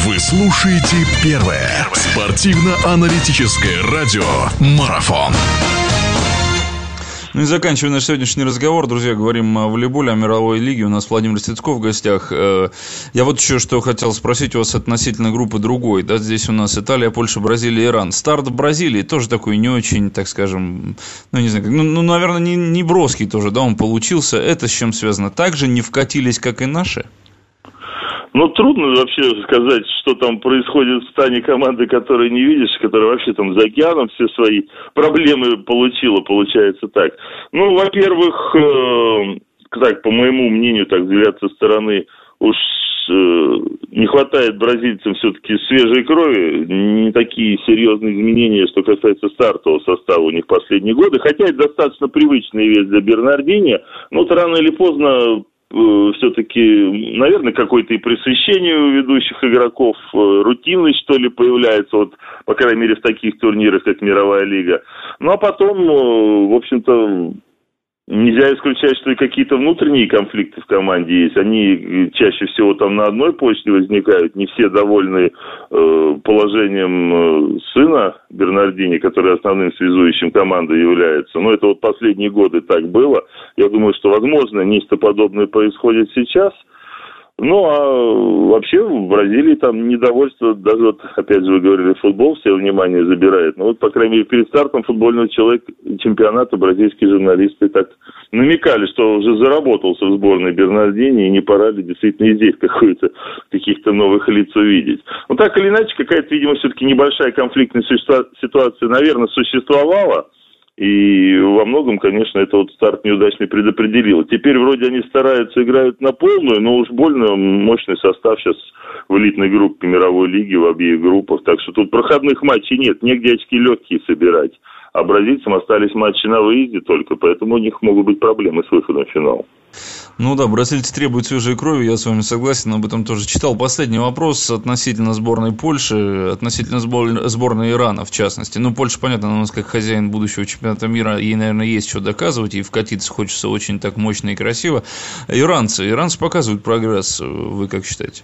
Вы слушаете первое спортивно-аналитическое радио «Марафон». Ну и заканчивая наш сегодняшний разговор, друзья, говорим о волейболе, о мировой лиге. У нас Владимир Стецков в гостях. Я вот еще что хотел спросить у вас относительно группы другой. Да, здесь у нас Италия, Польша, Бразилия, Иран. Старт в Бразилии тоже такой не очень, так скажем, ну не знаю, наверное, не броский тоже, да, он получился. Это с чем связано? Также не вкатились, как и наши? Ну, трудно вообще сказать, что там происходит в стане команды, которую не видишь, которая вообще там за океаном все свои проблемы получила, получается так. Ну, во-первых, так, по моему мнению, так взгляд со стороны, уж не хватает бразильцам все-таки свежей крови, не такие серьезные изменения, что касается стартового состава у них последние годы, хотя это достаточно привычная вещь для Бернардини, но рано или поздно все-таки, наверное, какое-то и пресыщение у ведущих игроков, рутинность, что ли, появляется, вот, по крайней мере, в таких турнирах, как Мировая лига. Ну, а потом, в общем-то, нельзя исключать, что и какие-то внутренние конфликты в команде есть. Они чаще всего там на одной почте возникают. Не все довольны положением сына Бернардини, который основным связующим команды является. Но это вот последние годы так было. Я думаю, что, возможно, нечто подобное происходит сейчас. Ну, а вообще в Бразилии там недовольство, даже вот, опять же, вы говорили, футбол все внимание забирает. Но вот, по крайней мере, перед стартом футбольного чемпионата бразильские журналисты так намекали, что уже заработался в сборной Бернардини, и не пора ли действительно и здесь каких-то новых лиц увидеть. Ну, так или иначе, какая-то, видимо, все-таки небольшая конфликтная ситуация, наверное, существовала. И во многом, конечно, это вот старт неудачный предопределил. Теперь вроде они стараются, играют на полную, но уж больно мощный состав сейчас в элитной группе мировой лиги, в обеих группах. Так что тут проходных матчей нет, негде очки легкие собирать. А бразильцам остались матчи на выезде только, поэтому у них могут быть проблемы с выходом в финал. Ну да, бразильцы требуют свежей крови, я с вами согласен, об этом тоже читал. Последний вопрос относительно сборной Польши, относительно сборной Ирана, в частности. Ну, Польша, понятно, она у нас как хозяин будущего чемпионата мира, ей, наверное, есть что доказывать, и вкатиться хочется очень так мощно и красиво. Иранцы показывают прогресс, вы как считаете?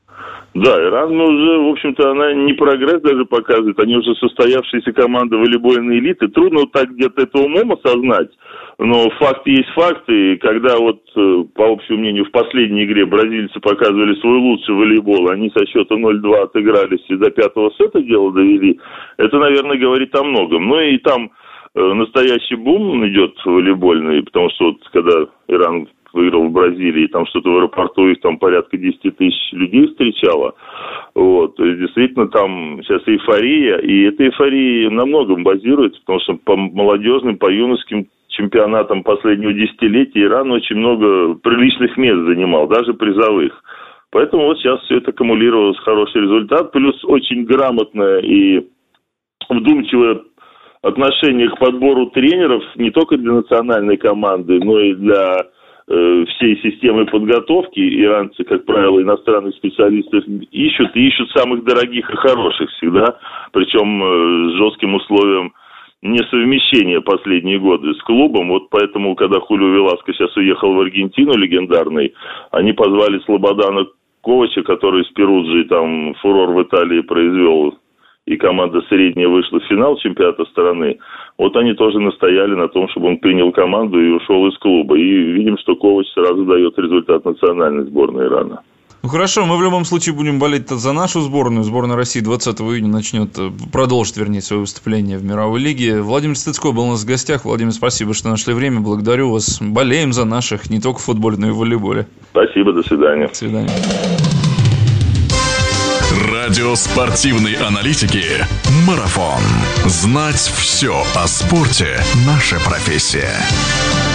Да, Иран уже, в общем-то, она не прогресс даже показывает, они уже состоявшиеся команды волейбольной элиты. Трудно вот так где-то это умом осознать, но факты есть факты. И когда вот, по общему мнению, в последней игре бразильцы показывали свой лучший волейбол, они со счета 0-2 отыгрались и до 5-го сета дело довели, это, наверное, говорит о многом. Ну и там настоящий бум идет волейбольный, потому что вот когда Иран выиграл в Бразилии, там что-то в аэропорту их там порядка 10 тысяч людей встречало. Вот. То есть, действительно, там сейчас эйфория, и эта эйфория на многом базируется, потому что по молодежным, по юношеским чемпионатам последнего десятилетия Иран очень много приличных мест занимал, даже призовых. Поэтому вот сейчас все это аккумулировалось, хороший результат, плюс очень грамотное и вдумчивое отношение к подбору тренеров не только для национальной команды, но и для всей системы подготовки. Иранцы, как правило, иностранных специалистов ищут самых дорогих и хороших всегда, причем с жестким условием несовмещения последние годы с клубом. Вот поэтому, когда Хулио Веласко сейчас уехал в Аргентину, легендарный, они позвали Слободана Ковача, который с Перуджей там фурор в Италии произвел, и команда средняя вышла в финал чемпионата страны. Вот они тоже настояли на том, чтобы он принял команду и ушел из клуба. И видим, что Ковач сразу дает результат национальной сборной Ирана. Ну хорошо, мы в любом случае будем болеть за нашу сборную. Сборная России 20 июня продолжит свое выступление в мировой лиге. Владимир Стецков был у нас в гостях. Владимир, спасибо, что нашли время. Благодарю вас. Болеем за наших, не только в футболе, но и в волейболе. Спасибо, до свидания. До свидания. Радио спортивной аналитики «Марафон». Знать все о спорте – наша профессия.